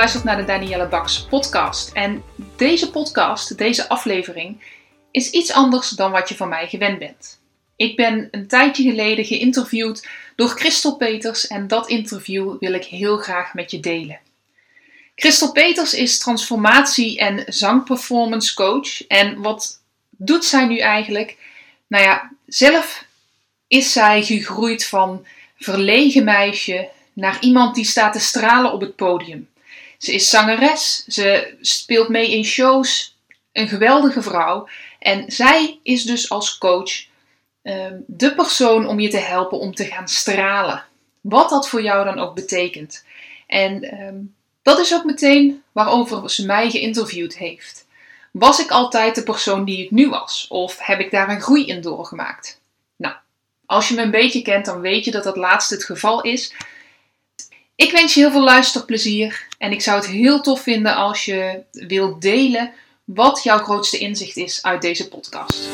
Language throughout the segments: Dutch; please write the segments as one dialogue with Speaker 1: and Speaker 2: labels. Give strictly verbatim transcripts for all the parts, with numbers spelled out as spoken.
Speaker 1: luistert naar de Danielle Baks podcast. En deze podcast, deze aflevering, is iets anders dan wat je van mij gewend bent. Ik ben een tijdje geleden geïnterviewd door Christel Peters en dat interview wil ik heel graag met je delen. Christel Peters is transformatie- en zangperformance coach. En wat doet zij nu eigenlijk? Nou ja, zelf is zij gegroeid van verlegen meisje naar iemand die staat te stralen op het podium. Ze is zangeres, ze speelt mee in shows, een geweldige vrouw. En zij is dus als coach um, de persoon om je te helpen om te gaan stralen. Wat dat voor jou dan ook betekent. En um, dat is ook meteen waarover ze mij geïnterviewd heeft. Was ik altijd de persoon die ik nu was? Of heb ik daar een groei in doorgemaakt? Nou, als je me een beetje kent, dan weet je dat dat laatste het geval is. Ik wens je heel veel luisterplezier en ik zou het heel tof vinden als je wilt delen wat jouw grootste inzicht is uit deze podcast.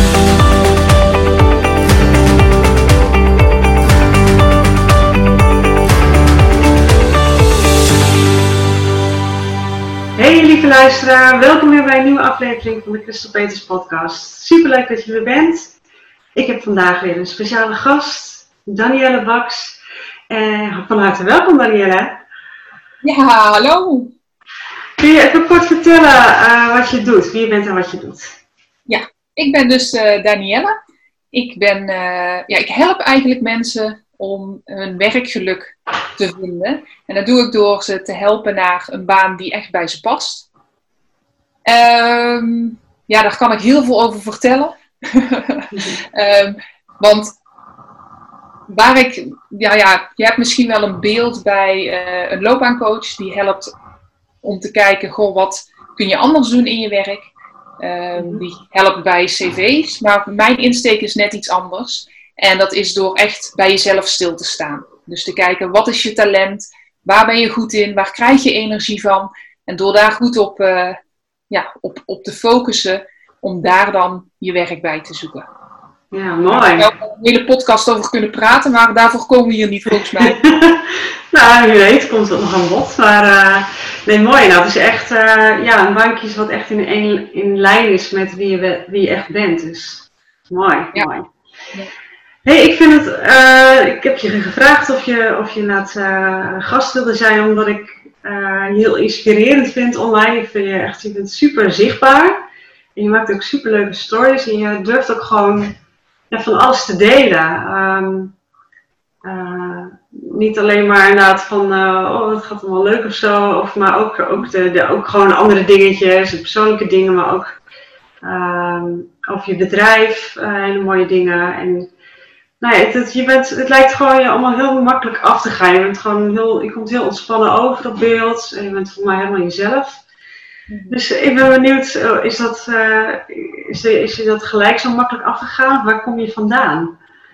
Speaker 2: Hey lieve luisteraar, welkom weer bij een nieuwe aflevering van de Christel Peters podcast. Superleuk dat je er bent. Ik heb vandaag weer een speciale gast, Danielle Baks. Uh, van harte welkom Danielle.
Speaker 1: Ja, hallo.
Speaker 2: Kun je even kort vertellen uh, wat je doet, wie je bent en wat je doet?
Speaker 1: Ja, ik ben dus uh, Danielle. Ik, ben, uh, ja, ik help eigenlijk mensen om hun werkgeluk te vinden. En dat doe ik door ze te helpen naar een baan die echt bij ze past. Um, ja, daar kan ik heel veel over vertellen. um, want waar ik, ja, ja, je hebt misschien wel een beeld bij uh, een loopbaancoach die helpt om te kijken, goh, wat kun je anders doen in je werk? Um, die helpt bij cv's, maar mijn insteek is net iets anders. En dat is door echt bij jezelf stil te staan. Dus te kijken, wat is je talent? Waar ben je goed in? Waar krijg je energie van? En door daar goed op, uh, ja, op, op te focussen, om daar dan je werk bij te zoeken.
Speaker 2: Ja, mooi.
Speaker 1: Daar zou ik een hele podcast over kunnen praten, maar daarvoor komen we hier niet volgens mij.
Speaker 2: Nou, wie weet, komt het nog aan bod. Maar uh, nee, mooi. Nou, het is echt uh, ja, een bankje is wat echt in, in, in lijn is met wie je, wie je echt bent. Dus mooi,
Speaker 1: Ja.
Speaker 2: mooi. Ja. Hey, ik vind het, uh, ik heb je gevraagd of je, of je naar het uh, gast wilde zijn, omdat ik uh, je heel inspirerend vind online. Ik vind je echt, je bent super zichtbaar. En je maakt ook super leuke stories en je durft ook gewoon ja, van alles te delen. Um, uh, niet alleen maar inderdaad van, uh, oh het gaat allemaal leuk of zo, of, maar ook, ook, de, de, ook gewoon andere dingetjes, persoonlijke dingen, maar ook um, over je bedrijf, uh, hele mooie dingen. En nou ja, het, het, je bent, het lijkt gewoon je allemaal heel makkelijk af te gaan. Je, bent gewoon heel, je komt heel ontspannen over op beeld en je bent voor mij helemaal jezelf. Dus ik ben benieuwd, is, dat, uh, is, de, is je dat gelijk zo makkelijk afgegaan? Waar kom je vandaan?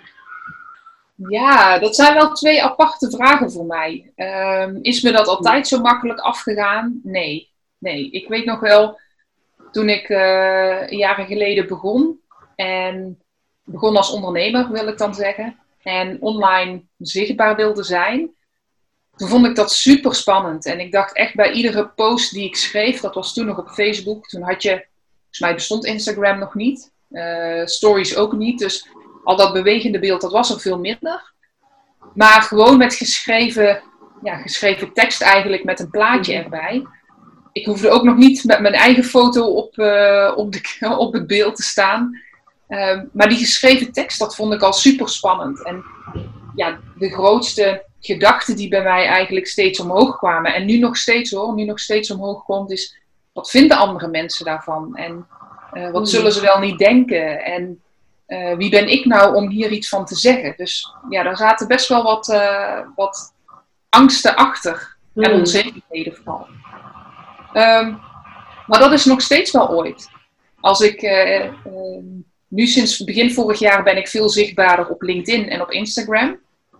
Speaker 1: Ja, dat zijn wel twee aparte vragen voor mij. Um, is me dat altijd zo makkelijk afgegaan? Nee, nee. Ik weet nog wel, toen ik uh, jaren geleden begon, en begon als ondernemer wil ik dan zeggen, en online zichtbaar wilde zijn, toen vond ik dat super spannend. En ik dacht echt bij iedere post die ik schreef, dat was toen nog op Facebook, toen had je, volgens mij bestond Instagram nog niet, uh, stories ook niet, dus al dat bewegende beeld, dat was er veel minder. Maar gewoon met geschreven, ja, geschreven tekst eigenlijk met een plaatje erbij. Ik hoefde ook nog niet met mijn eigen foto op, uh, op, de, op het beeld te staan. Uh, maar die geschreven tekst, dat vond ik al super spannend. En ja, de grootste gedachten die bij mij eigenlijk steeds omhoog kwamen. En nu nog steeds hoor, nu nog steeds omhoog komt, is wat vinden andere mensen daarvan? En uh, wat zullen ze wel niet denken? En Uh, wie ben ik nou om hier iets van te zeggen? Dus ja, daar zaten best wel wat, uh, wat angsten achter. Mm. En onzekerheden vooral. Um, maar dat is nog steeds wel ooit. Als ik, uh, uh, nu sinds begin vorig jaar ben ik veel zichtbaarder op LinkedIn en op Instagram.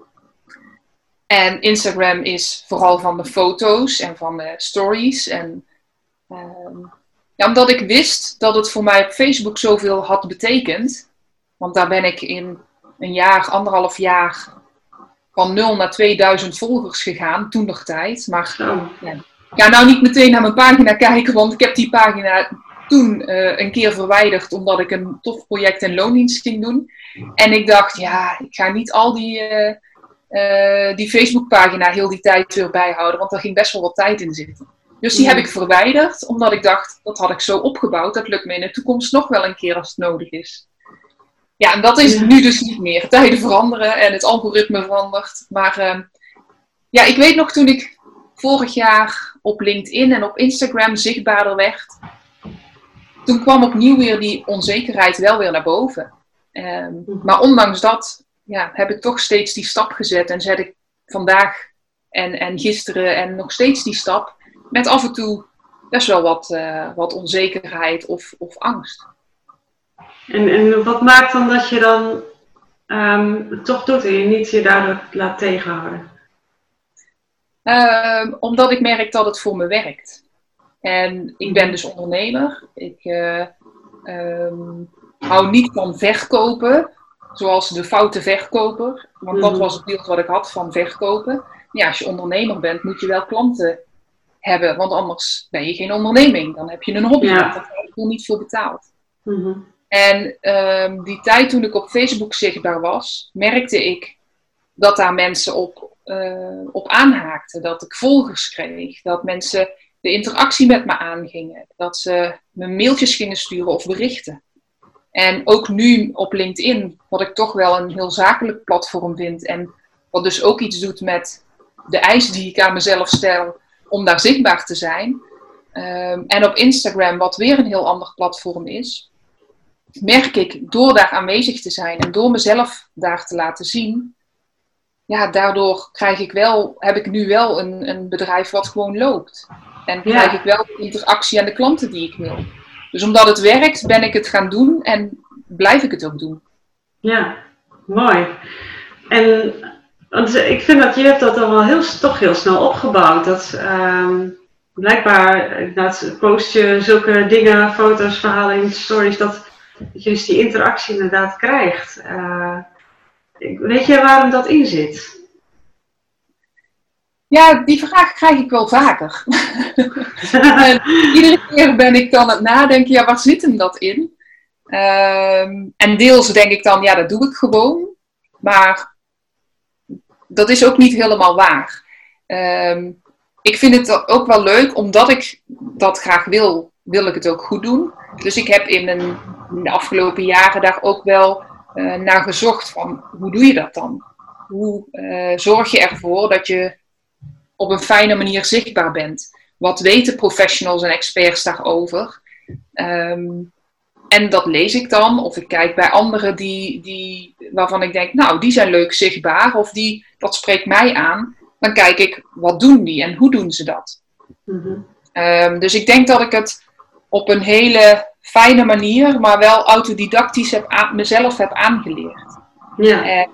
Speaker 1: En Instagram is vooral van de foto's en van de stories. En, uh, ja, omdat ik wist dat het voor mij op Facebook zoveel had betekend. Want daar ben ik in een jaar, anderhalf jaar van nul naar tweeduizend volgers gegaan, toentertijd. Maar
Speaker 2: oh.
Speaker 1: ja, ja, nou niet meteen naar mijn pagina kijken, want ik heb die pagina toen uh, een keer verwijderd omdat ik een tof project in loondienst ging doen. En ik dacht, ja, ik ga niet al die, uh, uh, die Facebookpagina heel die tijd weer bijhouden, want daar ging best wel wat tijd in zitten. Dus die heb ik verwijderd, omdat ik dacht, dat had ik zo opgebouwd, dat lukt me in de toekomst nog wel een keer als het nodig is. Ja, en dat is ja. nu dus niet meer. Tijden veranderen en het algoritme verandert. Maar uh, ja, ik weet nog toen ik vorig jaar op LinkedIn en op Instagram zichtbaarder werd, toen kwam opnieuw weer die onzekerheid wel weer naar boven. Um, maar ondanks dat ja, heb ik toch steeds die stap gezet en zet ik vandaag en, en gisteren en nog steeds die stap met af en toe best wel wat, uh, wat onzekerheid of, of angst.
Speaker 2: En, en wat maakt dan dat je dan um, het toch doet en je niet je daardoor laat tegenhouden?
Speaker 1: Uh, omdat ik merk dat het voor me werkt. En ik ben dus ondernemer. Ik uh, um, hou niet van verkopen, zoals de foute verkoper. Want dat was het beeld wat ik had van verkopen. Ja, als je ondernemer bent, moet je wel klanten hebben. Want anders ben je geen onderneming. Dan heb je een hobby. Ja. Daar heb je niet voor betaald. Mm-hmm. En um, die tijd toen ik op Facebook zichtbaar was, merkte ik dat daar mensen op, uh, op aanhaakten. Dat ik volgers kreeg. Dat mensen de interactie met me aangingen. Dat ze me mailtjes gingen sturen of berichten. En ook nu op LinkedIn, wat ik toch wel een heel zakelijk platform vind. En wat dus ook iets doet met de eis die ik aan mezelf stel om daar zichtbaar te zijn. Um, en op Instagram, wat weer een heel ander platform is, merk ik door daar aanwezig te zijn en door mezelf daar te laten zien, ja, daardoor krijg ik wel, heb ik nu wel een, een bedrijf wat gewoon loopt. En krijg ja. ik wel de interactie en de klanten die ik wil. Dus omdat het werkt, ben ik het gaan doen en blijf ik het ook doen.
Speaker 2: Ja, mooi. En want ik vind dat je hebt dat dan wel heel, toch heel snel opgebouwd. Dat um, blijkbaar, inderdaad, post je zulke dingen, foto's, verhalen in stories, dat, dat je dus die interactie inderdaad krijgt. Uh, weet je waarom dat in zit?
Speaker 1: Ja, die vraag krijg ik wel vaker. Iedere keer ben ik dan aan het nadenken, ja, waar zit hem dat in? Um, en deels denk ik dan, ja, dat doe ik gewoon. Maar dat is ook niet helemaal waar. Um, ik vind het ook wel leuk, omdat ik dat graag wil, wil ik het ook goed doen. Dus ik heb in, mijn, in de afgelopen jaren daar ook wel uh, naar gezocht van, hoe doe je dat dan? Hoe uh, zorg je ervoor dat je op een fijne manier zichtbaar bent? Wat weten professionals en experts daarover? Um, en dat lees ik dan, of ik kijk bij anderen die, die, waarvan ik denk, nou, die zijn leuk zichtbaar, of die, dat spreekt mij aan. Dan kijk ik, wat doen die en hoe doen ze dat? Mm-hmm. Um, dus ik denk dat ik het op een hele fijne manier, maar wel autodidactisch heb aan, mezelf heb aangeleerd.
Speaker 2: Ja.
Speaker 1: En,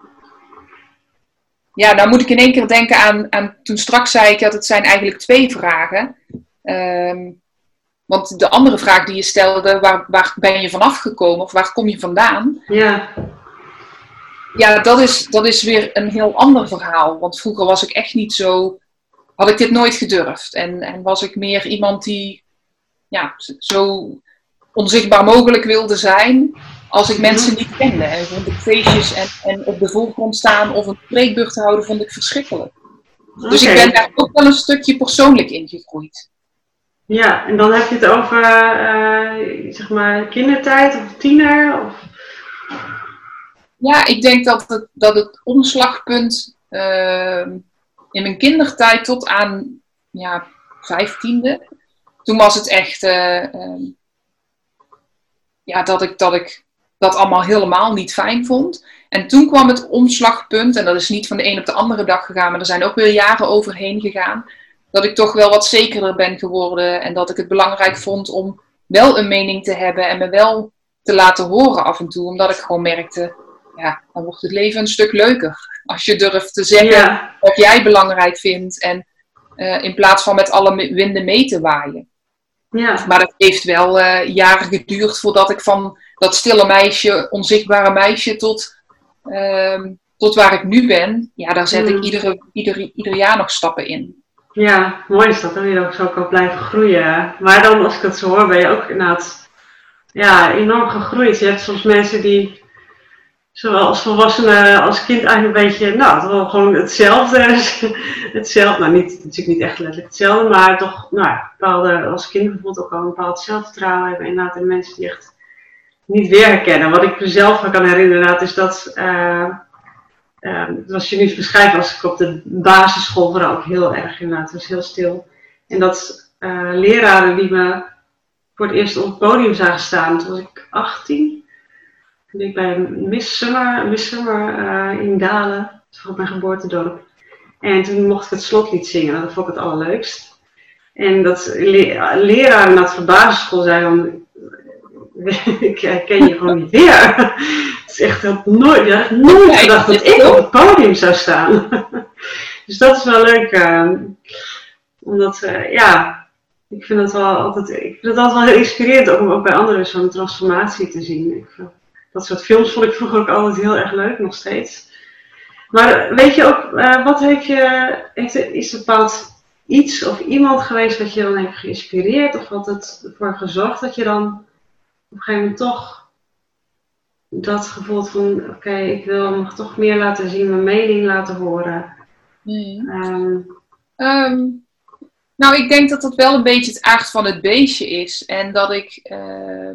Speaker 1: ja, nou moet ik in één keer denken aan, aan, toen straks zei ik dat het zijn eigenlijk twee vragen. Um, want de andere vraag die je stelde, waar, waar ben je vanaf gekomen of waar kom je vandaan?
Speaker 2: Ja.
Speaker 1: Ja, dat is, dat is weer een heel ander verhaal. Want vroeger was ik echt niet zo, had ik dit nooit gedurfd. En, en was ik meer iemand die ja, zo onzichtbaar mogelijk wilde zijn als ik mensen niet kende. En vond ik feestjes en, en op de voorgrond staan of een spreekbeurt houden, vond ik verschrikkelijk. Okay. Dus ik ben daar ook wel een stukje persoonlijk in gegroeid.
Speaker 2: Ja, en dan heb je het over uh, zeg maar kindertijd of tiener? Of...
Speaker 1: Ja, ik denk dat het, dat het omslagpunt uh, in mijn kindertijd tot aan ja, vijftiende, toen was het echt uh, uh, ja, dat ik, dat ik dat allemaal helemaal niet fijn vond. En toen kwam het omslagpunt, en dat is niet van de een op de andere dag gegaan, maar er zijn ook weer jaren overheen gegaan, dat ik toch wel wat zekerder ben geworden en dat ik het belangrijk vond om wel een mening te hebben en me wel te laten horen af en toe. Omdat ik gewoon merkte, ja, dan wordt het leven een stuk leuker. Als je durft te zeggen ja. wat jij belangrijk vindt en uh, in plaats van met alle winden mee te waaien.
Speaker 2: Ja.
Speaker 1: Maar het heeft wel uh, jaren geduurd voordat ik van dat stille meisje, onzichtbare meisje, tot, uh, tot waar ik nu ben, ja, daar zet mm. ik iedere, ieder, ieder jaar nog stappen in.
Speaker 2: Ja, mooi is dat. Dan wil je ook zo kan blijven groeien. Maar dan, als ik dat zo hoor, ben je ook inderdaad ja, enorm gegroeid. Je hebt soms mensen die, zowel als volwassenen als kind, eigenlijk een beetje, nou, toch wel gewoon hetzelfde. hetzelfde, nou, niet, natuurlijk niet echt letterlijk hetzelfde, maar toch, nou, bepaalde, als kind bijvoorbeeld ook al een bepaald zelfvertrouwen hebben. Inderdaad, en mensen die echt niet weer herkennen. Wat ik mezelf me kan herinneren, inderdaad, is dat. Uh, Uh, zoals je nu beschrijft, was ik op de basisschool vooral ook heel erg inderdaad, het was heel stil. En dat uh, leraren die me voor het eerst op het podium zagen staan, toen was ik achttien. Toen ik bij Miss Summer, Miss Summer uh, in Dalen, op mijn geboortedorp. En toen mocht ik het slotlied zingen, dat vond ik het allerleukst. En dat le- leraren dat van basisschool zeiden, ik herken je gewoon niet weer. Het is echt dat nooit, ja, nooit gedacht dat ik op het podium zou staan. Dus dat is wel leuk. Uh, omdat, uh, ja, ik vind het wel altijd, ik vind het altijd wel heel inspirerend om ook bij anderen zo'n transformatie te zien. Ik, uh, dat soort films vond ik vroeger ook altijd heel erg leuk, nog steeds. Maar weet je ook, uh, wat heeft je, heeft er, is er bepaald iets of iemand geweest wat je dan heeft geïnspireerd? Of wat het ervoor gezorgd dat je dan op een gegeven moment toch dat gevoel van, oké, okay, ik wil nog toch meer laten zien, mijn mening laten horen.
Speaker 1: Hmm. Um, um, nou, ik denk dat dat wel een beetje het aard van het beestje is. En dat ik, uh,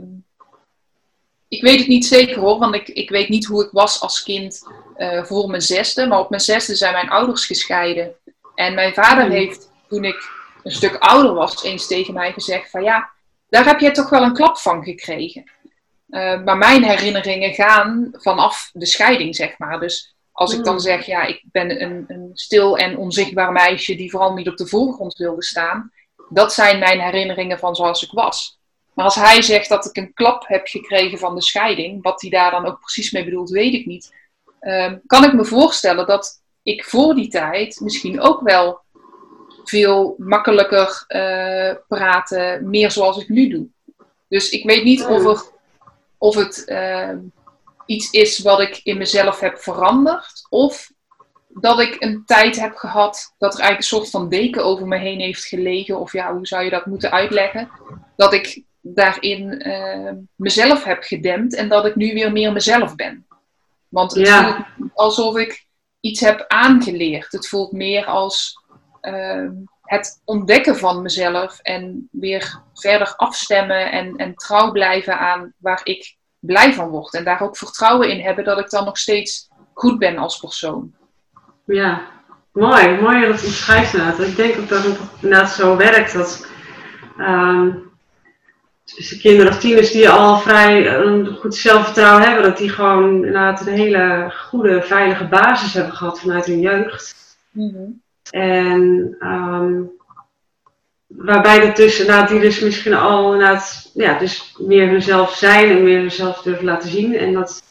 Speaker 1: ik weet het niet zeker hoor, want ik, ik weet niet hoe ik was als kind uh, voor mijn zesde. Maar op mijn zesde zijn mijn ouders gescheiden. En mijn vader hmm. heeft, toen ik een stuk ouder was, eens tegen mij gezegd van ja, daar heb je toch wel een klap van gekregen. Uh, maar mijn herinneringen gaan vanaf de scheiding, zeg maar. Dus als ik dan zeg, ja, ik ben een, een stil en onzichtbaar meisje die vooral niet op de voorgrond wilde staan. Dat zijn mijn herinneringen van zoals ik was. Maar als hij zegt dat ik een klap heb gekregen van de scheiding, wat hij daar dan ook precies mee bedoelt, weet ik niet. Uh, kan ik me voorstellen dat ik voor die tijd misschien ook wel veel makkelijker uh, praten, meer zoals ik nu doe. Dus ik weet niet of er Of het uh, iets is wat ik in mezelf heb veranderd. Of dat ik een tijd heb gehad dat er eigenlijk een soort van deken over me heen heeft gelegen. Of ja, hoe zou je dat moeten uitleggen? Dat ik daarin uh, mezelf heb gedempt en dat ik nu weer meer mezelf ben. Want het ja. voelt alsof ik iets heb aangeleerd. Het voelt meer als uh, het ontdekken van mezelf en weer verder afstemmen en, en trouw blijven aan waar ik blij van word. En daar ook vertrouwen in hebben dat ik dan nog steeds goed ben als persoon.
Speaker 2: Ja, mooi. Mooi dat je het omschrijft inderdaad. Ik denk ook dat het inderdaad zo werkt. Dat um, dus de kinderen of tieners die al vrij een goed zelfvertrouwen hebben, dat die gewoon inderdaad een hele goede, veilige basis hebben gehad vanuit hun jeugd. Mm-hmm. En um, waarbij dat dus, nou, die dus misschien al inderdaad, ja, dus meer hunzelf zijn en meer hunzelf durven laten zien. En dat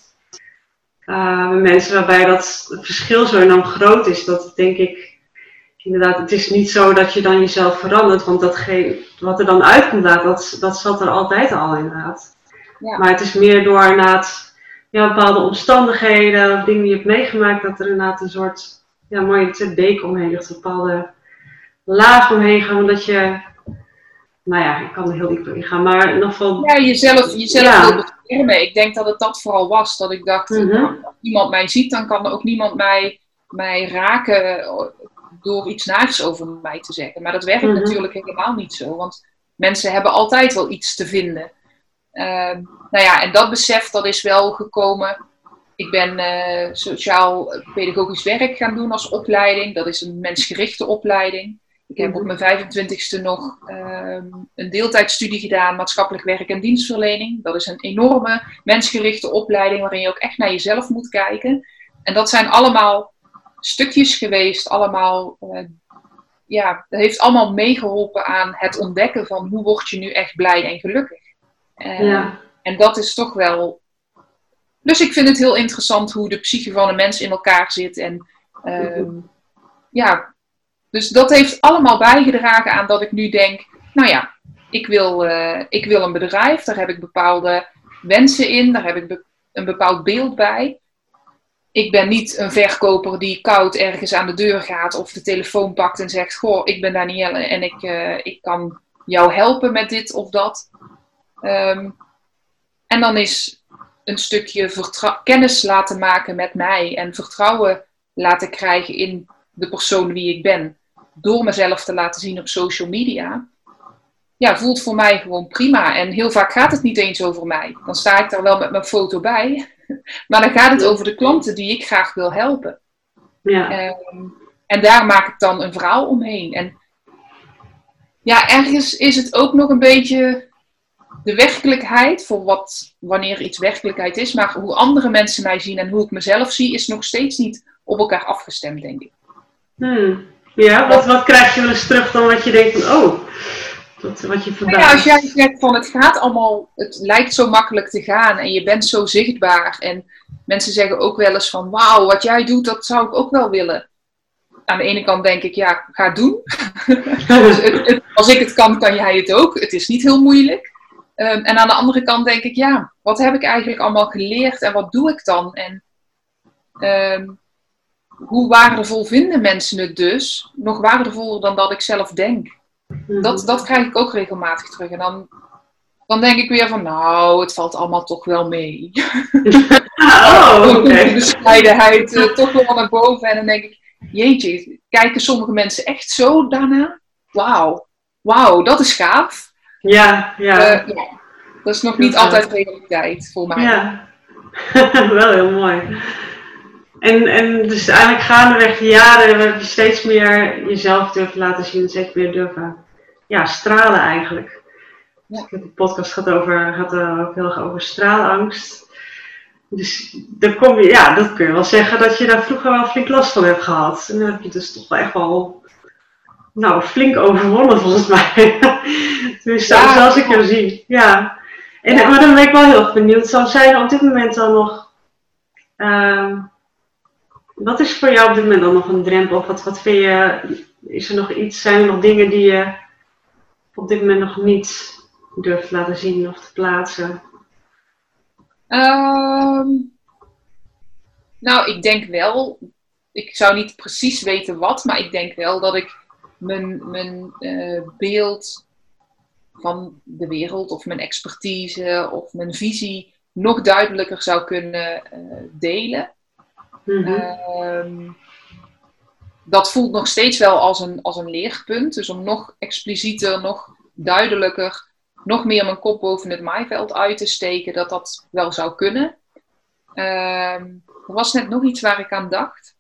Speaker 2: uh, mensen waarbij dat het verschil zo enorm groot is, dat denk ik, inderdaad, het is niet zo dat je dan jezelf verandert, want datgene, wat er dan uitkomt, dat, dat zat er altijd al inderdaad. Ja. Maar het is meer door inderdaad, ja, bepaalde omstandigheden, dingen die je hebt meegemaakt, dat er inderdaad een soort, ja, mooie deken omheen ligt, een bepaalde laag omheen gaan, omdat je, nou ja, ik kan er heel diep in gaan, maar in ieder geval.
Speaker 1: Ja, jezelf, jezelf ja. wil beschermen. Ik denk dat het dat vooral was, dat ik dacht, mm-hmm. nou, als niemand mij ziet, dan kan er ook niemand mij, mij raken door iets naars over mij te zeggen. Maar dat werkt mm-hmm. natuurlijk helemaal niet zo, want mensen hebben altijd wel iets te vinden. Uh, nou ja, en dat besef, dat is wel gekomen. Ik ben uh, sociaal-pedagogisch werk gaan doen als opleiding. Dat is een mensgerichte opleiding. Ik heb op mijn vijfentwintigste nog uh, een deeltijdstudie gedaan, maatschappelijk werk en dienstverlening. Dat is een enorme mensgerichte opleiding waarin je ook echt naar jezelf moet kijken. En dat zijn allemaal stukjes geweest, allemaal, uh, ja, dat heeft allemaal meegeholpen aan het ontdekken van hoe word je nu echt blij en gelukkig. Uh, ja. En dat is toch wel. Dus ik vind het heel interessant hoe de psyche van een mens in elkaar zit. En uh, ja. Dus dat heeft allemaal bijgedragen aan dat ik nu denk, nou ja, ik wil, uh, ik wil een bedrijf, daar heb ik bepaalde wensen in, daar heb ik be- een bepaald beeld bij. ik ben niet een verkoper die koud ergens aan de deur gaat of de telefoon pakt en zegt, goh, ik ben Danielle en ik, uh, ik kan jou helpen met dit of dat. Um, en dan is een stukje vertrou- kennis laten maken met mij en vertrouwen laten krijgen in de persoon wie ik ben, door mezelf te laten zien op social media, ja, voelt voor mij gewoon prima. En heel vaak gaat het niet eens over mij. Dan sta ik daar wel met mijn foto bij, maar dan gaat het over de klanten die ik graag wil helpen.
Speaker 2: Ja.
Speaker 1: Um, en daar maak ik dan een verhaal omheen. En ja, ergens is het ook nog een beetje de werkelijkheid, voor wat, wanneer iets werkelijkheid is, maar hoe andere mensen mij zien en hoe ik mezelf zie, is nog steeds niet op elkaar afgestemd, denk ik.
Speaker 2: Hmm. Ja, wat, wat krijg je wel eens terug dan wat je denkt van, oh, wat, wat je verbaast?
Speaker 1: Ja, als jij zegt van het gaat allemaal, het lijkt zo makkelijk te gaan en je bent zo zichtbaar en mensen zeggen ook wel eens van, wauw, wat jij doet, dat zou ik ook wel willen. Aan de ene kant denk ik, ja, ga het doen. Dus het, het, als ik het kan, kan jij het ook. Het is niet heel moeilijk. Um, en aan de andere kant denk ik, ja, wat heb ik eigenlijk allemaal geleerd en wat doe ik dan? En um, hoe waardevol vinden mensen het dus? Nog waardevoller dan dat ik zelf denk. Mm-hmm. Dat, dat krijg ik ook regelmatig terug. En dan, dan denk ik weer van, nou, het valt allemaal toch wel mee.
Speaker 2: Oh, oké. Okay.
Speaker 1: De bescheidenheid uh, toch wel naar boven. En dan denk ik, jeetje, kijken sommige mensen echt zo daarna? Wauw, wauw, dat is gaaf.
Speaker 2: Ja, ja.
Speaker 1: Uh, ja. Dat is nog niet ja. altijd realiteit voor mij.
Speaker 2: Ja, wel heel mooi. En, en dus eigenlijk gaandeweg de jaren heb je steeds meer jezelf durven laten zien, steeds meer durven ja, stralen eigenlijk. Ja. Ik heb een podcast gehad over, gaat ook heel erg over straalangst. Dus dan kom je, ja, dat kun je wel zeggen dat je daar vroeger wel flink last van hebt gehad. En dan heb je dus toch wel echt wel, nou, flink overwonnen volgens mij. Dus ja, zoals ik jou zie, ja. En, ja. Maar dan ben ik wel heel erg benieuwd, zou zijn op dit moment dan nog, uh, wat is voor jou op dit moment dan nog een drempel? Of wat, wat vind je, is er nog iets, zijn er nog dingen die je op dit moment nog niet durft laten zien of te plaatsen?
Speaker 1: Um, nou, ik denk wel, ik zou niet precies weten wat, maar ik denk wel dat ik mijn, mijn uh, beeld van de wereld of mijn expertise of mijn visie nog duidelijker zou kunnen uh, delen. Mm-hmm. Um, dat voelt nog steeds wel als een, als een leerpunt. Dus om nog explicieter, nog duidelijker, nog meer mijn kop boven het maaiveld uit te steken, dat dat wel zou kunnen. Um, er was net nog iets waar ik aan dacht.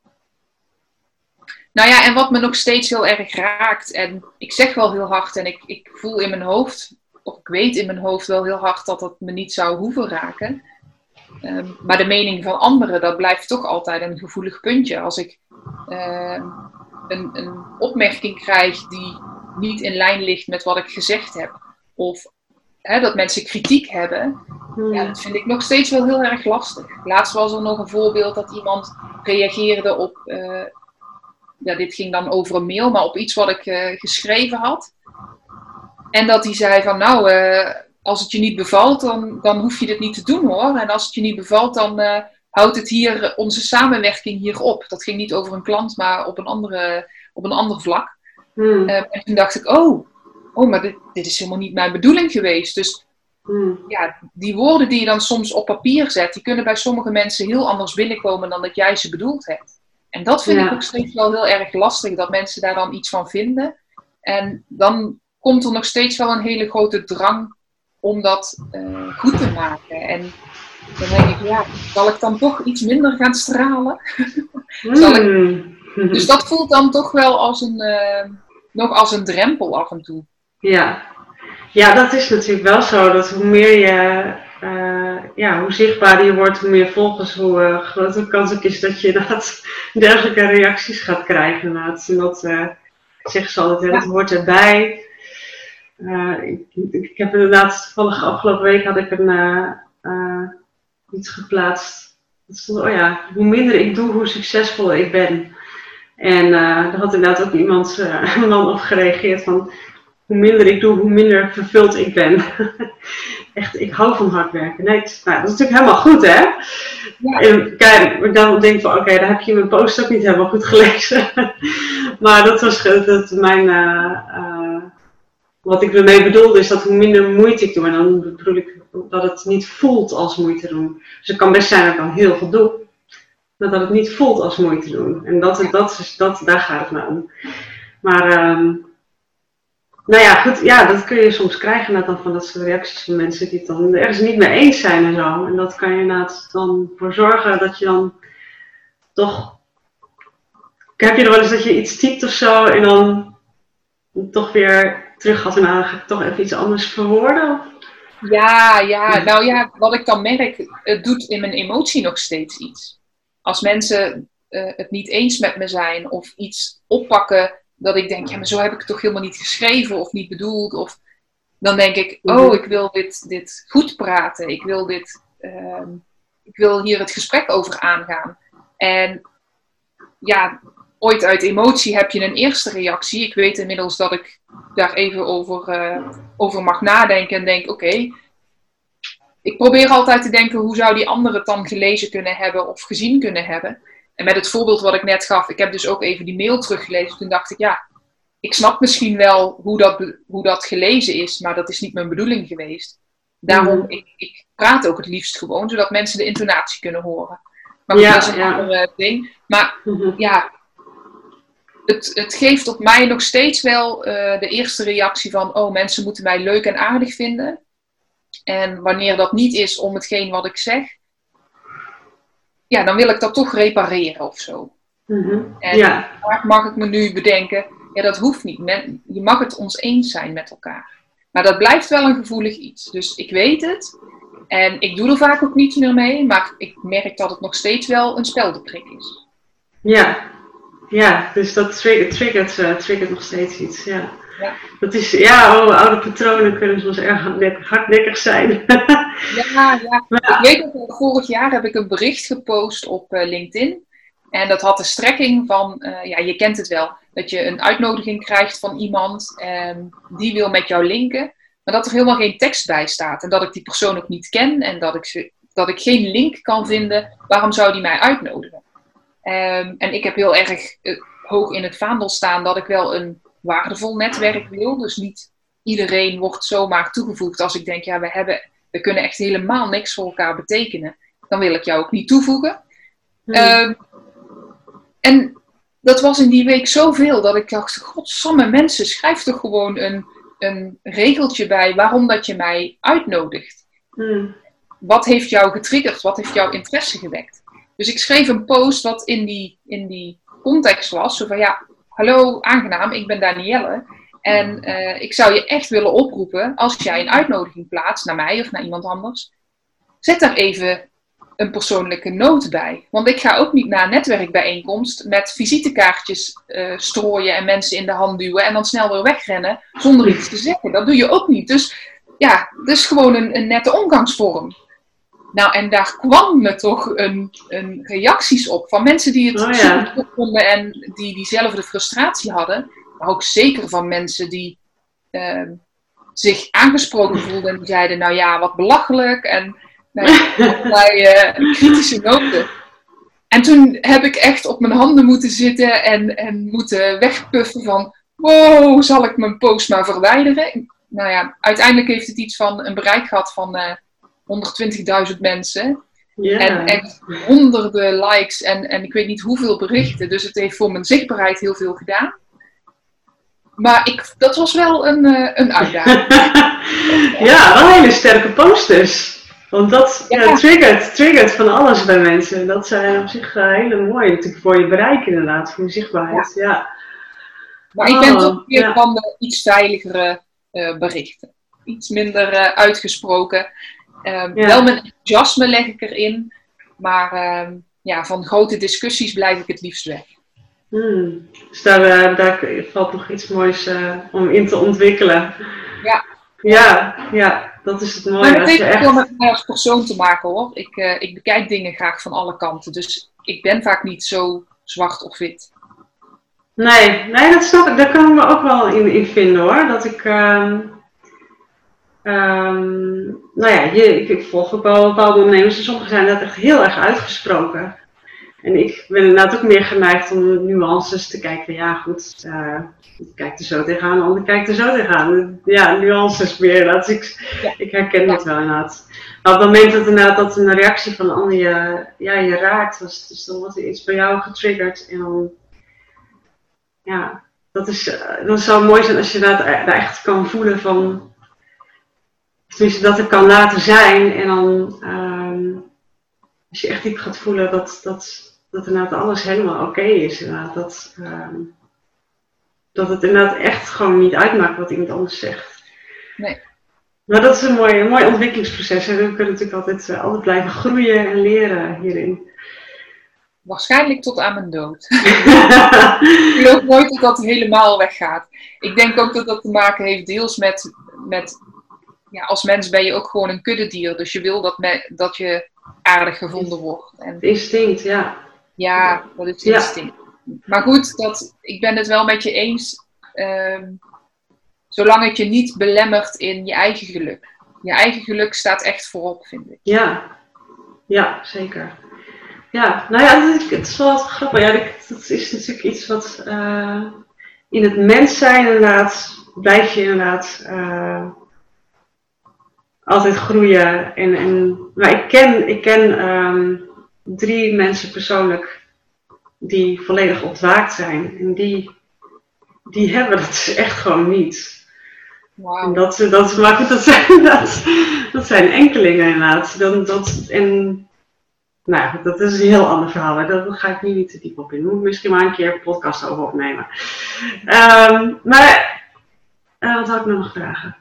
Speaker 1: Nou ja, en wat me nog steeds heel erg raakt, en ik zeg wel heel hard en ik, ik voel in mijn hoofd, of ik weet in mijn hoofd wel heel hard dat het me niet zou hoeven raken. Um, maar de mening van anderen, dat blijft toch altijd een gevoelig puntje. Als ik um, een, een opmerking krijg die niet in lijn ligt met wat ik gezegd heb, of hè, dat mensen kritiek hebben, hmm. ja, dat vind ik nog steeds wel heel erg lastig. Laatst was er nog een voorbeeld dat iemand reageerde op, uh, ja, dit ging dan over een mail, maar op iets wat ik uh, geschreven had. En dat hij zei van, nou, uh, als het je niet bevalt, dan, dan hoef je dit niet te doen hoor. En als het je niet bevalt, dan uh, houdt het hier, onze samenwerking hier op. Dat ging niet over een klant, maar op een, andere, op een ander vlak. Hmm. Uh, en toen dacht ik, oh, oh maar dit, dit is helemaal niet mijn bedoeling geweest. Dus hmm. ja, die woorden die je dan soms op papier zet, die kunnen bij sommige mensen heel anders binnenkomen dan dat jij ze bedoeld hebt. En dat vind ja. ik ook steeds wel heel erg lastig, dat mensen daar dan iets van vinden. En dan komt er nog steeds wel een hele grote drang om dat uh, goed te maken. En dan denk ik, ja, zal ik dan toch iets minder gaan stralen? zal ik... Dus dat voelt dan toch wel als een, uh, nog als een drempel af en toe.
Speaker 2: Ja. Ja, dat is natuurlijk wel zo. Dat hoe meer je, uh, ja, hoe zichtbaarder je wordt, hoe meer volgers, hoe uh, groter de kans ook is dat je dat dergelijke reacties gaat krijgen. Inderdaad. En dat uh, zeggen ze altijd, het ja. hoort erbij. Uh, ik, ik heb inderdaad, toevallig afgelopen week had ik een, uh, uh, iets geplaatst. Dat stond, oh ja, hoe minder ik doe, hoe succesvoller ik ben. En uh, daar had inderdaad ook iemand, uh, een man op gereageerd van, hoe minder ik doe, hoe minder vervuld ik ben. echt, ik hou van hard werken. Nee, het, nou, dat is natuurlijk helemaal goed, hè?
Speaker 1: Ja.
Speaker 2: En kijk, dan denk ik van, oké, okay, dan heb je mijn post ook niet helemaal goed gelezen. Maar dat was dat mijn, uh, uh, wat ik ermee bedoelde, is dat hoe minder moeite ik doe, en dan bedoel ik dat het niet voelt als moeite doen. Dus het kan best zijn dat ik dan heel veel doe, maar dat het niet voelt als moeite doen. En dat, dat, dat, daar gaat het me om. Maar, um, nou ja, goed, ja, dat kun je soms krijgen net dan van dat soort reacties van mensen die het dan ergens niet mee eens zijn en zo. En dat kan je inderdaad dan voor zorgen dat je dan toch... Heb je er wel eens dat je iets typt of zo en dan toch weer terug gaat en dan ga ik toch even iets anders verwoorden?
Speaker 1: Ja, ja, nou ja, wat ik dan merk, het doet in mijn emotie nog steeds iets. Als mensen uh, het niet eens met me zijn of iets oppakken dat ik denk, ja, maar zo heb ik het toch helemaal niet geschreven of niet bedoeld. Of dan denk ik, oh, ik wil dit, dit goed praten. Ik wil, dit, uh, ik wil hier het gesprek over aangaan. En ja, ooit uit emotie heb je een eerste reactie. Ik weet inmiddels dat ik daar even over, uh, over mag nadenken en denk, oké. Okay, ik probeer altijd te denken, hoe zou die andere het dan gelezen kunnen hebben of gezien kunnen hebben. En met het voorbeeld wat ik net gaf, ik heb dus ook even die mail teruggelezen. Toen dacht ik, ja, ik snap misschien wel hoe dat, hoe dat gelezen is, maar dat is niet mijn bedoeling geweest. Daarom, mm-hmm. ik, ik praat ook het liefst gewoon, zodat mensen de intonatie kunnen horen. Maar goed, ja, dat is een ja. ander ding. Maar mm-hmm. ja, het, het geeft op mij nog steeds wel uh, de eerste reactie van, oh, mensen moeten mij leuk en aardig vinden. En wanneer dat niet is om hetgeen wat ik zeg, ja, dan wil ik dat toch repareren of zo. Mm-hmm. En ja. daar mag ik me nu bedenken, ja, dat hoeft niet. Men, je mag het ons eens zijn met elkaar. Maar dat blijft wel een gevoelig iets. Dus ik weet het. En ik doe er vaak ook niets meer mee. Maar ik merk dat het nog steeds wel een speldenprik is.
Speaker 2: Ja, ja, dus dat triggert, triggert, uh, triggert nog steeds iets. Ja. Ja. Dat is, ja, oh, oude patronen kunnen soms erg hardnekkig zijn.
Speaker 1: ja, ja. Maar, ik weet dat vorig jaar heb ik een bericht gepost op uh, LinkedIn. En dat had de strekking van, uh, ja, je kent het wel, dat je een uitnodiging krijgt van iemand en die wil met jou linken, maar dat er helemaal geen tekst bij staat. En dat ik die persoon ook niet ken en dat ik, dat ik geen link kan vinden, waarom zou die mij uitnodigen? Um, en ik heb heel erg uh, hoog in het vaandel staan dat ik wel een waardevol netwerk wil. Dus niet iedereen wordt zomaar toegevoegd als ik denk, ja, we, hebben, we kunnen echt helemaal niks voor elkaar betekenen. Dan wil ik jou ook niet toevoegen. Hmm. Um, en dat was in die week zoveel dat ik dacht, godsamme mensen, schrijf toch gewoon een, een regeltje bij waarom dat je mij uitnodigt. Hmm. Wat heeft jou getriggerd? Wat heeft jouw interesse gewekt? Dus ik schreef een post wat in die, in die context was. Zo van ja, hallo, aangenaam, ik ben Danielle. En uh, ik zou je echt willen oproepen, als jij een uitnodiging plaatst naar mij of naar iemand anders, zet daar even een persoonlijke noot bij. Want ik ga ook niet naar een netwerkbijeenkomst met visitekaartjes uh, strooien en mensen in de hand duwen en dan snel weer wegrennen zonder iets te zeggen. Dat doe je ook niet. Dus ja, dat is gewoon een, een nette omgangsvorm. Nou, en daar kwam me toch een, een reacties op van mensen die het oh, ja. super goed vonden en die diezelfde frustratie hadden. Maar ook zeker van mensen die uh, zich aangesproken voelden en die zeiden, nou ja, wat belachelijk en nou ja, allerlei uh, kritische noten. En toen heb ik echt op mijn handen moeten zitten en, en moeten wegpuffen van, wow, zal ik mijn post maar verwijderen? Nou ja, uiteindelijk heeft het iets van een bereik gehad van uh, honderdtwintigduizend mensen. Yeah. En echt honderden likes en, en ik weet niet hoeveel berichten. Dus het heeft voor mijn zichtbaarheid heel veel gedaan. Maar ik, dat was wel een, uh, een uitdaging.
Speaker 2: Ja, wel hele sterke posters. Want dat ja. Ja, triggert, triggert van alles bij mensen. Dat zijn op zich uh, hele mooie natuurlijk voor je bereik inderdaad, voor je zichtbaarheid. Ja. Ja.
Speaker 1: Maar oh, ik ben toch weer ja. van de iets veiligere uh, berichten. Iets minder uh, uitgesproken. Uh, ja. Wel mijn enthousiasme leg ik erin. Maar uh, ja, van grote discussies blijf ik het liefst weg.
Speaker 2: Hmm. Dus daar, uh, daar valt nog iets moois uh, om in te ontwikkelen.
Speaker 1: Ja.
Speaker 2: Ja, ja, dat is het mooie.
Speaker 1: Maar dat heeft ook wel met mij als persoon te maken hoor. Ik, uh, ik bekijk dingen graag van alle kanten. Dus ik ben vaak niet zo zwart of wit.
Speaker 2: Nee, nee dat snap ik. Daar kan ik me ook wel in, in vinden hoor. Dat ik... Uh, Um, nou ja, je, ik, ik volg ook wel bepaalde ondernemers en sommigen zijn dat echt heel erg uitgesproken. En ik ben inderdaad ook meer geneigd om nuances te kijken van ja goed, uh, ik kijk er zo tegenaan, de ander kijkt er zo tegenaan. Ja, nuances meer. Dat ik, ja. ik herken dat wel inderdaad. Maar op het moment dat, inderdaad, dat een reactie van de ander je, ja, je raakt, dus, dus dan wordt er iets bij jou getriggerd. En dan, ja, dat is, uh, dat zou mooi zijn als je dat daar echt kan voelen van, tenminste dat het kan laten zijn. En dan, um, als je echt diep gaat voelen dat, dat, dat inderdaad alles helemaal oké okay is. Inderdaad. Dat, um, dat het inderdaad echt gewoon niet uitmaakt wat iemand anders zegt.
Speaker 1: Nee.
Speaker 2: Maar dat is een mooi, een mooi ontwikkelingsproces. En we kunnen natuurlijk altijd, uh, altijd blijven groeien en leren hierin.
Speaker 1: Waarschijnlijk tot aan mijn dood. Ik geloof nooit dat dat helemaal weggaat. Ik denk ook dat dat te maken heeft deels met... met ja, als mens ben je ook gewoon een kuddedier. Dus je wil dat, me, dat je aardig gevonden wordt. En,
Speaker 2: instinct, ja.
Speaker 1: Ja, dat is instinct. Ja. Maar goed, dat, ik ben het wel met je eens. Um, zolang het je niet belemmert in je eigen geluk. Je eigen geluk staat echt voorop, vind ik.
Speaker 2: Ja, ja, zeker. Ja, nou ja, het is wel wat grappig. Ja, dat is natuurlijk iets wat uh, in het mens zijn inderdaad, blijf je inderdaad uh, altijd groeien. En, en, maar ik ken, ik ken um, drie mensen persoonlijk die volledig ontwaakt zijn. En die, die hebben dat dus echt gewoon niet.
Speaker 1: Wow.
Speaker 2: En dat, dat, maar goed, dat zijn, dat, dat zijn enkelingen inderdaad. Dat, dat, en, nou, dat is een heel ander verhaal. Hè. Daar ga ik nu niet te diep op in. Daar moet ik misschien maar een keer een podcast over opnemen. Um, maar, uh, wat had ik nog vragen?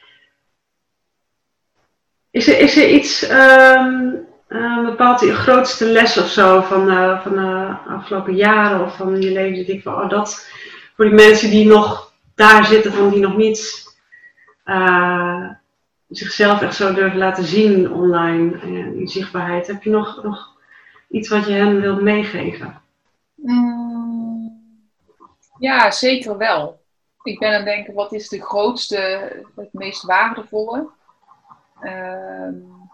Speaker 2: Is er, is er iets, um, uh, bepaald je grootste les of zo van, uh, van de afgelopen jaren of van je leven? Dat ik van, oh, dat voor die mensen die nog daar zitten, van die nog niet uh, zichzelf echt zo durven laten zien online, uh, in zichtbaarheid. Heb je nog, nog iets wat je hen wilt meegeven?
Speaker 1: Mm, ja, zeker wel. Ik ben aan het denken, wat is de grootste, het meest waardevolle? Uh,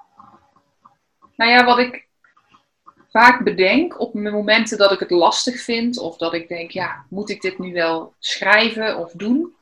Speaker 1: nou ja, wat ik vaak bedenk op momenten dat ik het lastig vind, of dat ik denk, ja, moet ik dit nu wel schrijven of doen?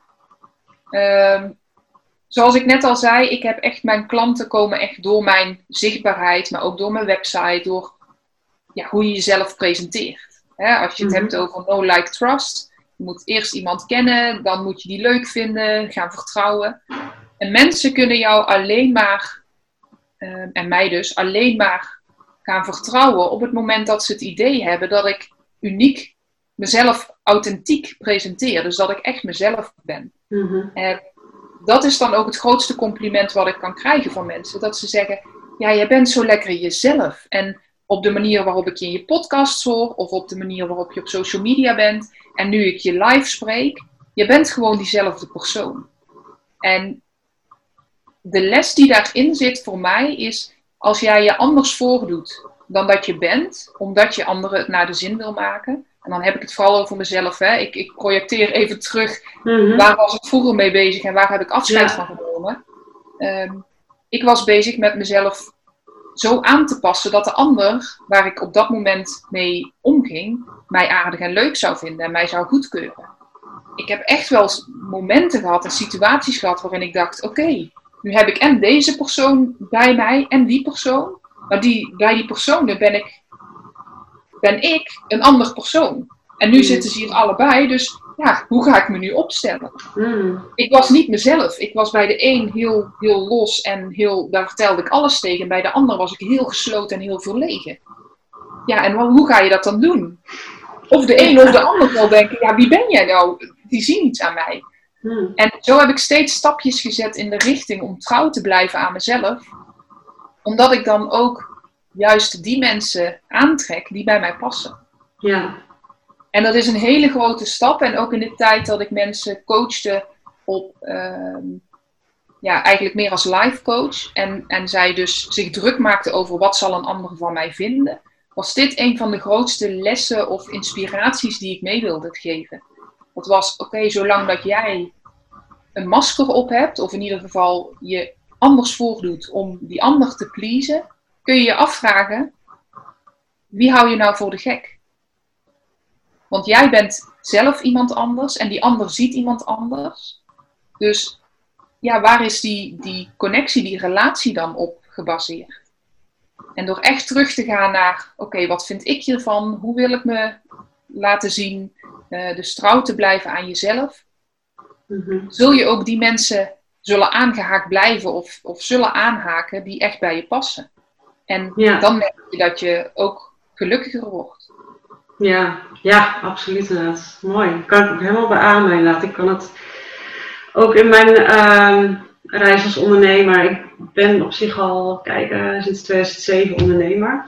Speaker 1: Uh, zoals ik net al zei, ik heb echt, mijn klanten komen echt door mijn zichtbaarheid, maar ook door mijn website, door ja, hoe je jezelf presenteert. Hè, als je het mm-hmm. hebt over no, like, trust, je moet eerst iemand kennen, dan moet je die leuk vinden, gaan vertrouwen. En mensen kunnen jou alleen maar, uh, en mij dus, alleen maar gaan vertrouwen op het moment dat ze het idee hebben dat ik uniek, mezelf authentiek presenteer. Dus dat ik echt mezelf ben.
Speaker 2: Mm-hmm.
Speaker 1: En dat is dan ook het grootste compliment wat ik kan krijgen van mensen. Dat ze zeggen, ja, jij bent zo lekker jezelf. En op de manier waarop ik je in je podcast hoor, of op de manier waarop je op social media bent, en nu ik je live spreek, je bent gewoon diezelfde persoon. En de les die daarin zit voor mij is, als jij je anders voordoet dan dat je bent, omdat je anderen het naar de zin wil maken, en dan heb ik het vooral over mezelf, hè. Ik, ik projecteer even terug, mm-hmm. waar was ik vroeger mee bezig en waar heb ik afscheid ja. van genomen. Um, ik was bezig met mezelf zo aan te passen dat de ander, waar ik op dat moment mee omging, mij aardig en leuk zou vinden en mij zou goedkeuren. Ik heb echt wel momenten gehad en situaties gehad waarin ik dacht, oké, okay, nu heb ik en deze persoon bij mij en die persoon. Maar die, bij die personen ben ik, ben ik een ander persoon. En nu mm. zitten ze hier allebei, dus ja, hoe ga ik me nu opstellen?
Speaker 2: Mm.
Speaker 1: Ik was niet mezelf. Ik was bij de een heel, heel los en heel, daar vertelde ik alles tegen. En bij de ander was ik heel gesloten en heel verlegen. Ja, en hoe ga je dat dan doen? Of de een of de ander zal denken, ja, wie ben jij nou? Die zien iets aan mij.
Speaker 2: Hmm.
Speaker 1: En zo heb ik steeds stapjes gezet in de richting om trouw te blijven aan mezelf. Omdat ik dan ook juist die mensen aantrek die bij mij passen.
Speaker 2: Ja.
Speaker 1: En dat is een hele grote stap. En ook in de tijd dat ik mensen coachte op, uh, ja, eigenlijk meer als life coach. En, en zij dus zich druk maakte over wat zal een ander van mij vinden. Was dit een van de grootste lessen of inspiraties die ik mee wilde geven. Dat was, oké, okay, zolang dat jij een masker op hebt, of in ieder geval je anders voordoet om die ander te pleasen, kun je je afvragen, wie hou je nou voor de gek? Want jij bent zelf iemand anders en die ander ziet iemand anders. Dus ja, waar is die, die connectie, die relatie dan op gebaseerd? En door echt terug te gaan naar, oké, okay, wat vind ik hiervan? Hoe wil ik me laten zien? Uh, dus trouw te blijven aan jezelf. Mm-hmm. Zul je ook die mensen zullen aangehaakt blijven of, of zullen aanhaken die echt bij je passen. En ja. Dan merk je dat je ook gelukkiger wordt.
Speaker 2: Ja, ja, absoluut inderdaad. Mooi. Dat kan ik ook helemaal beamen inderdaad. Ik kan het ook in mijn uh, reis als ondernemer. Ik ben op zich al, kijk, uh, sinds tweeduizend zeven ondernemer.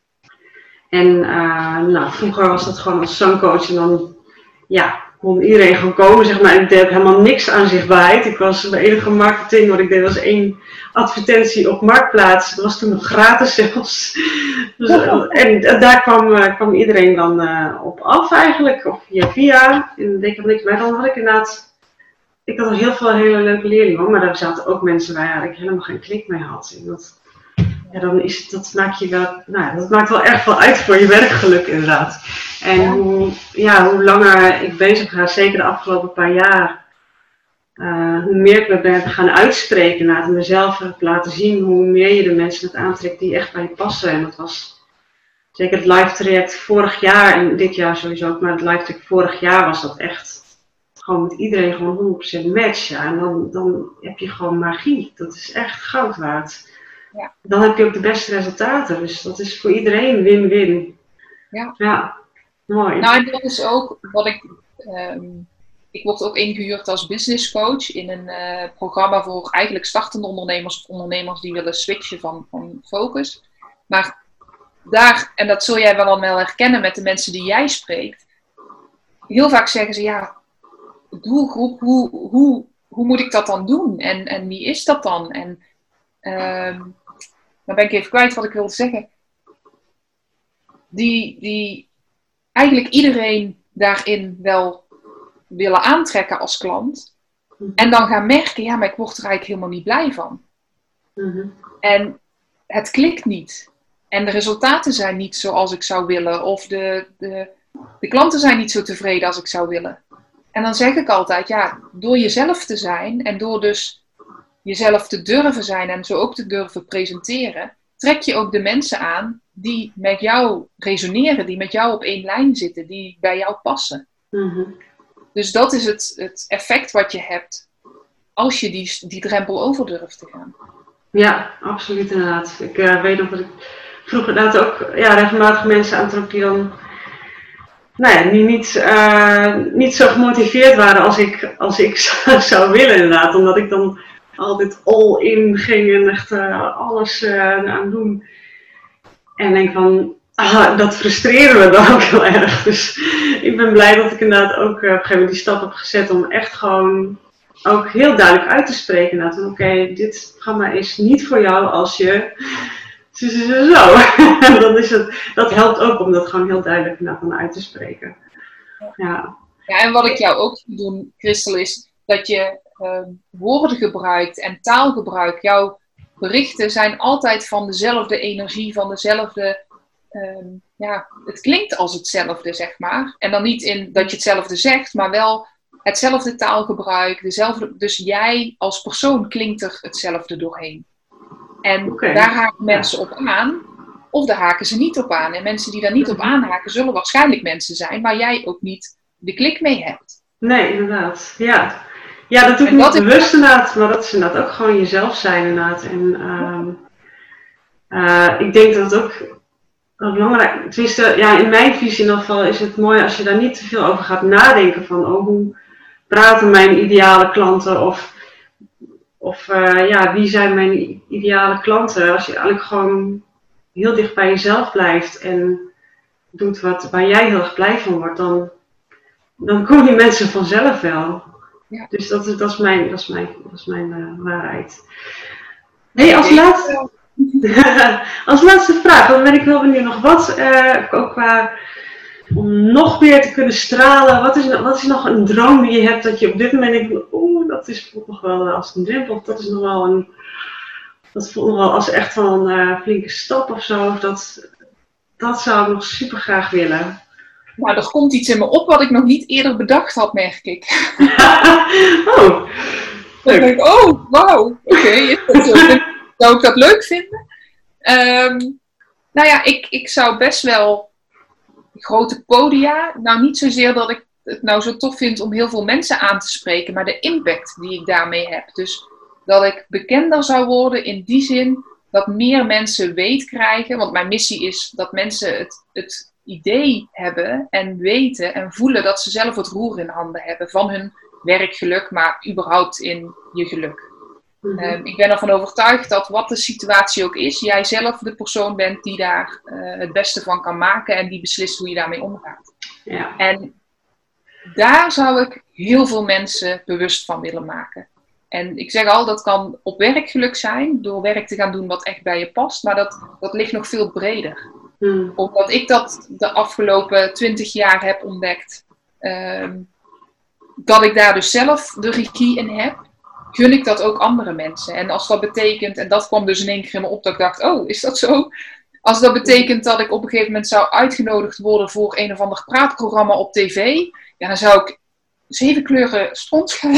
Speaker 2: En uh, nou, vroeger was dat gewoon als zangcoach en dan, ja, kon iedereen gewoon komen, zeg maar. Ik deed helemaal niks aan zichtbaarheid. Ik was, mijn enige marketing wat ik deed was één advertentie op Marktplaats. Dat was toen nog gratis zelfs. Dus, en, en daar kwam, uh, kwam iedereen dan uh, op af eigenlijk, of via via. En deed ik er niks mee. Dan had ik inderdaad, ik had al heel veel hele leuke leerlingen, maar daar zaten ook mensen bij waar ik helemaal geen klik mee had. En dat, ja, dan is, dat, maakt je wel, nou, dat maakt wel erg veel uit voor je werkgeluk inderdaad. En hoe, ja, hoe langer ik bezig ga, zeker de afgelopen paar jaar, uh, hoe meer ik me ben gaan uitspreken, laten mezelf heb laten zien, hoe meer je de mensen het aantrekt die echt bij je passen. En dat was zeker het live traject vorig jaar en dit jaar sowieso ook, maar het live traject vorig jaar was dat echt gewoon met iedereen gewoon honderd procent match. Ja. En dan, dan heb je gewoon magie. Dat is echt goud waard. Ja. Dan heb je ook de beste resultaten. Dus dat is voor iedereen win-win.
Speaker 1: Ja.
Speaker 2: Ja, mooi.
Speaker 1: Nou, en dat is ook wat ik... Um, ik word ook ingehuurd als business coach in een uh, programma voor eigenlijk startende ondernemers of ondernemers die willen switchen van, van focus. Maar daar, en dat zul jij wel al wel herkennen met de mensen die jij spreekt, heel vaak zeggen ze, ja, doelgroep, hoe, hoe, hoe moet ik dat dan doen? En, en wie is dat dan? En um, dan ben ik even kwijt wat ik wilde zeggen. Die, die eigenlijk iedereen daarin wel willen aantrekken als klant. Mm-hmm. En dan gaan merken, ja, maar ik word er eigenlijk helemaal niet blij van. Mm-hmm. En het klikt niet. En de resultaten zijn niet zoals ik zou willen. Of de, de, de klanten zijn niet zo tevreden als ik zou willen. En dan zeg ik altijd, ja, door jezelf te zijn en door dus jezelf te durven zijn en zo ook te durven presenteren, trek je ook de mensen aan die met jou resoneren, die met jou op één lijn zitten, die bij jou passen. Mm-hmm. Dus dat is het, het effect wat je hebt als je die, die drempel over durft te gaan.
Speaker 2: Ja, absoluut inderdaad. Ik uh, weet nog dat ik vroeger inderdaad ook ja, regelmatig mensen aantrok die dan nou ja, die niet, uh, niet zo gemotiveerd waren als ik, als ik zou, zou willen inderdaad. Omdat ik dan altijd all in ging en echt uh, alles uh, aan doen. En denk van, ah, dat frustreerde me dan ook heel erg. Dus ik ben blij dat ik inderdaad ook uh, op een gegeven moment die stap heb gezet om echt gewoon ook heel duidelijk uit te spreken. Oké, okay, dit programma is niet voor jou als je zo. zo. dan is het, dat helpt ook om dat gewoon heel duidelijk naar uit te spreken. Ja.
Speaker 1: Ja, en wat ik jou ook zie doen, Christel, is dat je uh, woorden gebruikt en taalgebruik. Jouw berichten zijn altijd van dezelfde energie, van dezelfde... Um, ja, het klinkt als hetzelfde, zeg maar. En dan niet in dat je hetzelfde zegt, maar wel hetzelfde taalgebruik. Dezelfde, dus jij als persoon klinkt er hetzelfde doorheen. En okay. Daar haken mensen op aan, of daar haken ze niet op aan. En mensen die daar niet op aanhaken, zullen waarschijnlijk mensen zijn waar jij ook niet de klik mee hebt.
Speaker 2: Nee, inderdaad. Ja, ja dat doe ik niet bewust inderdaad, maar dat is inderdaad ook gewoon jezelf zijn inderdaad. En um, uh, ik denk dat het ook belangrijk, tenminste, ja, in mijn visie in ieder geval is het mooi als je daar niet te veel over gaat nadenken van, oh, hoe praten mijn ideale klanten of... Of uh, ja, wie zijn mijn ideale klanten? Als je eigenlijk gewoon heel dicht bij jezelf blijft en doet wat, waar jij heel erg blij van wordt, dan, dan komen die mensen vanzelf wel. Ja. Dus dat is, dat is mijn, dat is mijn, dat is mijn uh, waarheid. Hey, als, laatste, als laatste vraag, dan ben ik wel benieuwd nog wat, uh, ook qua, om nog meer te kunnen stralen, wat is, wat is nog een droom die je hebt dat je op dit moment denkt, oeh, dat is nog wel als een drempel, of dat is nog wel een, dat voelde wel als echt wel een uh, flinke stap of zo. Dat, dat zou ik nog super graag willen.
Speaker 1: Nou, er komt iets in me op wat ik nog niet eerder bedacht had, merk ik.
Speaker 2: Oh,
Speaker 1: leuk. Dan denk ik, oh, wauw, oké, okay, zou ik dat leuk vinden? Um, nou ja, ik, ik zou best wel grote podia, nou niet zozeer dat ik het nou zo tof vind om heel veel mensen aan te spreken, maar de impact die ik daarmee heb. Dus dat ik bekender zou worden in die zin dat meer mensen weet krijgen, want mijn missie is dat mensen het, het idee hebben en weten en voelen dat ze zelf het roer in handen hebben van hun werkgeluk, maar überhaupt in je geluk. Mm-hmm. Um, ik ben ervan overtuigd dat wat de situatie ook is, jij zelf de persoon bent die daar uh, het beste van kan maken en die beslist hoe je daarmee omgaat.
Speaker 2: Ja.
Speaker 1: En daar zou ik heel veel mensen bewust van willen maken. En ik zeg al, dat kan op werkgeluk zijn, door werk te gaan doen wat echt bij je past, maar dat, dat ligt nog veel breder. Mm. Omdat ik dat de afgelopen twintig jaar heb ontdekt, um, dat ik daar dus zelf de regie in heb, gun ik dat ook andere mensen. En als dat betekent, en dat kwam dus in één keer in me op, dat ik dacht, oh, is dat zo? Als dat betekent dat ik op een gegeven moment zou uitgenodigd worden voor een of ander praatprogramma op tv, ja, dan zou ik zeven kleuren stront gaan.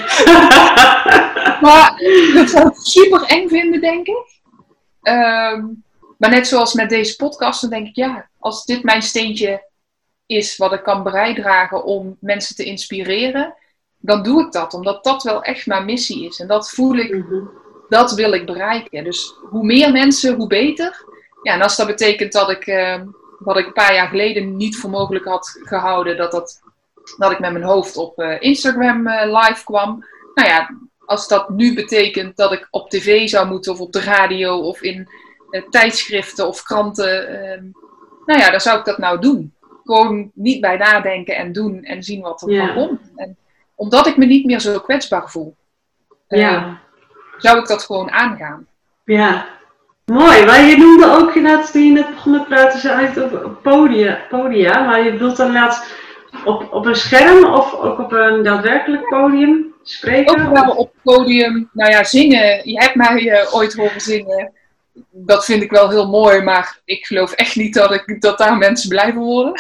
Speaker 1: Maar dat zou ik super eng vinden, denk ik. Um, maar net zoals met deze podcast, dan denk ik, ja, als dit mijn steentje is wat ik kan bijdragen om mensen te inspireren, dan doe ik dat. Omdat dat wel echt mijn missie is. En dat voel ik, mm-hmm. dat wil ik bereiken. Dus hoe meer mensen, hoe beter. Ja, en als dat betekent dat ik, uh, wat ik een paar jaar geleden niet voor mogelijk had gehouden, dat, dat, dat ik met mijn hoofd op uh, Instagram uh, live kwam. Nou ja, als dat nu betekent dat ik op tv zou moeten, of op de radio, of in uh, tijdschriften of kranten. Uh, nou ja, dan zou ik dat nou doen. Gewoon niet bij nadenken en doen en zien wat er van komt. En omdat ik me niet meer zo kwetsbaar voel, uh,
Speaker 2: ja.
Speaker 1: zou ik dat gewoon aangaan.
Speaker 2: Ja, mooi. Maar je noemde ook inderdaad, toen je net begon met praten, ze eigenlijk op podia, podia, maar je bedoelt dan inderdaad op, op een scherm of ook op een daadwerkelijk podium spreken?
Speaker 1: Ook wel op podium. Nou ja, zingen. Je hebt mij uh, ooit horen zingen. Dat vind ik wel heel mooi, maar ik geloof echt niet dat, ik, dat daar mensen blij van worden.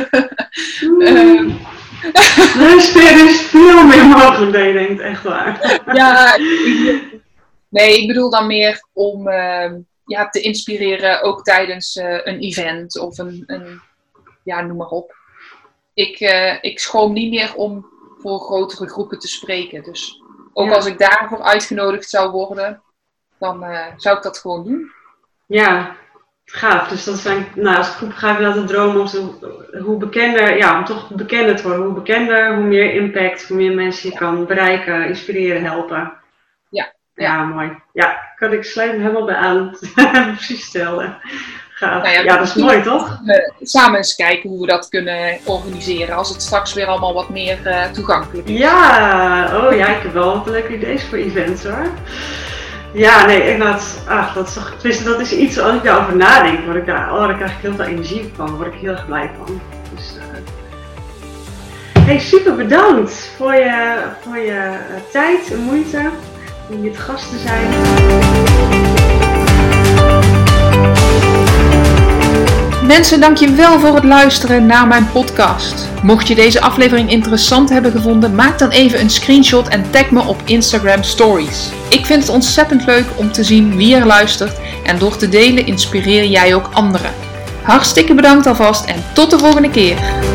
Speaker 2: uh, Er is, er is veel meer mogelijk, dat je denkt, echt waar.
Speaker 1: Ja, ik, nee, ik bedoel dan meer om uh, ja, te inspireren, ook tijdens uh, een event of een, een, ja, noem maar op. Ik, uh, ik schroom niet meer om voor grotere groepen te spreken. Dus ook ja. als ik daarvoor uitgenodigd zou worden, dan uh, zou ik dat gewoon doen.
Speaker 2: Ja, gaaf. Dus dat zijn, nou, als groep ga ik laten dromen om zo, hoe bekender, ja, om toch bekender te worden. Hoe bekender, hoe meer impact, hoe meer mensen je kan bereiken, inspireren, helpen.
Speaker 1: Ja.
Speaker 2: Ja, ja. Mooi. Ja, kan ik sluit me helemaal bij aan. Precies stellen. Gaaf. Nou ja, ja, dat is mooi, toch?
Speaker 1: We samen eens kijken hoe we dat kunnen organiseren als het straks weer allemaal wat meer uh, toegankelijk is.
Speaker 2: Ja, oh ja, ik heb wel wat leuke ideeën voor events, hoor. Ja, nee, inderdaad. Ach, dat is toch, tenminste, dat is iets, als ik daarover nadenk, word ik daar, oh, daar krijg ik heel veel energie van, word ik heel erg blij van. Dus, uh... hey, super bedankt voor je, voor je uh, tijd en moeite om hier te gast te zijn.
Speaker 1: Mensen, dank je wel voor het luisteren naar mijn podcast. Mocht je deze aflevering interessant hebben gevonden, maak dan even een screenshot en tag me op Instagram Stories. Ik vind het ontzettend leuk om te zien wie er luistert en door te delen inspireer jij ook anderen. Hartstikke bedankt alvast en tot de volgende keer.